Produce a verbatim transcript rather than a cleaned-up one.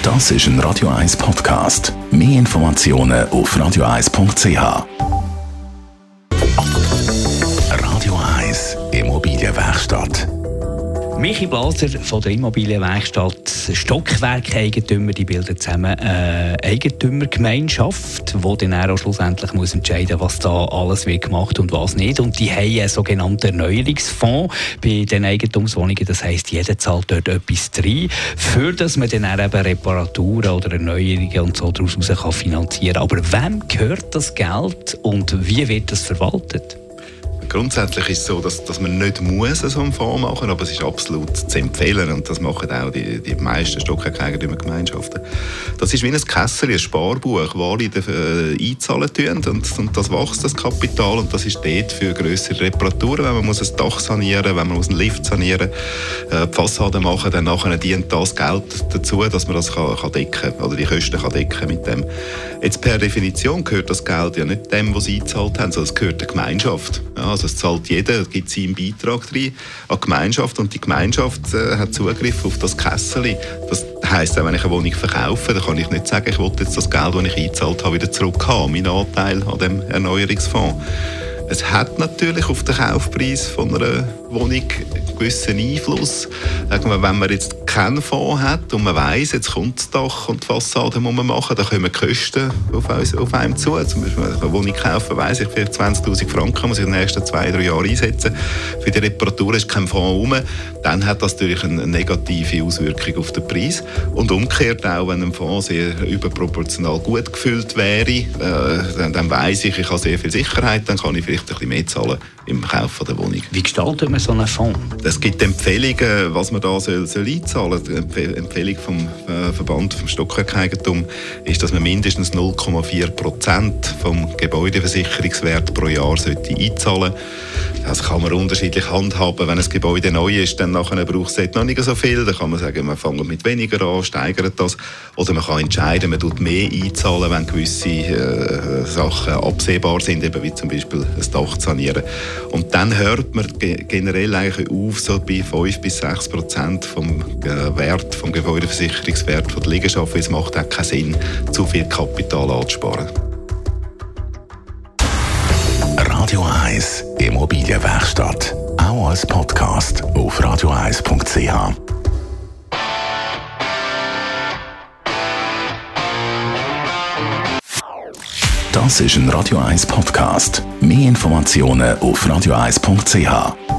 Das ist ein Radio eins Podcast. Mehr Informationen auf radio eins punkt c h. Radio eins Immobilienwerkstatt. Michi Blaser von der Immobilienwerkstatt Stockwerkeigentümer, die bilden zusammen eine Eigentümergemeinschaft, die dann auch schlussendlich muss entscheiden muss, was da alles wird gemacht und was nicht. Und die haben einen sogenannten Erneuerungsfonds bei den Eigentumswohnungen. Das heisst, jeder zahlt dort etwas rein, für dass man dann auch eben Reparaturen oder Erneuerungen und so daraus kann finanzieren kann. Aber wem gehört das Geld und wie wird das verwaltet? Grundsätzlich ist es so, dass, dass man nicht muss so einen Fonds machen, aber es ist absolut zu empfehlen und das machen auch die, die meisten Stockwerkeigentümergemeinschaften. Das ist wie ein Kässeli, ein Sparbuch, wo alle äh, einzahlen tun und, und das wächst, das Kapital, und das ist dort für grössere Reparaturen, wenn man muss ein Dach sanieren, wenn man muss einen Lift sanieren, äh, die Fassade machen, dann nachher dient das Geld dazu, dass man das kann, kann decken oder die Kosten kann decken mit dem. Jetzt per Definition gehört das Geld ja nicht dem, was sie eingezahlt haben, sondern es gehört der Gemeinschaft. Ja, also es zahlt jeder, es gibt seinen Beitrag rein an die Gemeinschaft und die Gemeinschaft äh, hat Zugriff auf das Kässeli. Das heisst, auch wenn ich eine Wohnung verkaufe, dann kann ich nicht sagen, ich will jetzt das Geld, das ich eingezahlt habe, wieder zurückhaben, meinen Anteil an dem Erneuerungsfonds. Es hat natürlich auf den Kaufpreis von einer Wohnung einen gewissen Einfluss. Sagen wir, wenn man jetzt keinen Fonds hat und man weiss, jetzt kommt das Dach und die Fassade muss man machen, dann kommen die Kosten auf, uns, auf einem zu. Zum Beispiel, wenn ich eine Wohnung kaufe, weiss ich, für zwanzigtausend Franken muss ich in den nächsten zwei, drei Jahren einsetzen. Für die Reparatur ist kein Fonds rum. Dann hat das natürlich eine negative Auswirkung auf den Preis. Und umgekehrt auch, wenn ein Fonds sehr überproportional gut gefüllt wäre, äh, dann, dann weiss ich, ich habe sehr viel Sicherheit, dann kann ich vielleicht ein bisschen mehr zahlen im Kauf der Wohnung. Wie gestaltet man so einen Fonds? Es gibt Empfehlungen, was man da soll, soll einzahlen soll. Die Empfehlung vom äh, Verband vom Stockwerkeigentum ist, dass man mindestens null Komma vier Prozent vom Gebäudeversicherungswert pro Jahr sollte einzahlen sollte. Das kann man unterschiedlich handhaben. Wenn ein Gebäude neu ist, dann nachher braucht es noch nicht so viel. Dann kann man sagen, man fängt mit weniger an, steigert das. Oder man kann entscheiden, man tut mehr einzahlen, wenn gewisse äh, Sachen absehbar sind, eben wie zum Beispiel ein Dach sanieren. Und dann hört man ge- generell eigentlich auf, so bei fünf bis sechs Prozent vom äh, Wert, vom Gebäudeversicherungswert von der Liegenschaft. Es macht auch keinen Sinn, zu viel Kapital anzusparen. Radio eins Immobilienwerkstatt. Auch als Podcast auf radio eins punkt c h. Das ist ein Radio eins Podcast. Mehr Informationen auf radio eins punkt c h.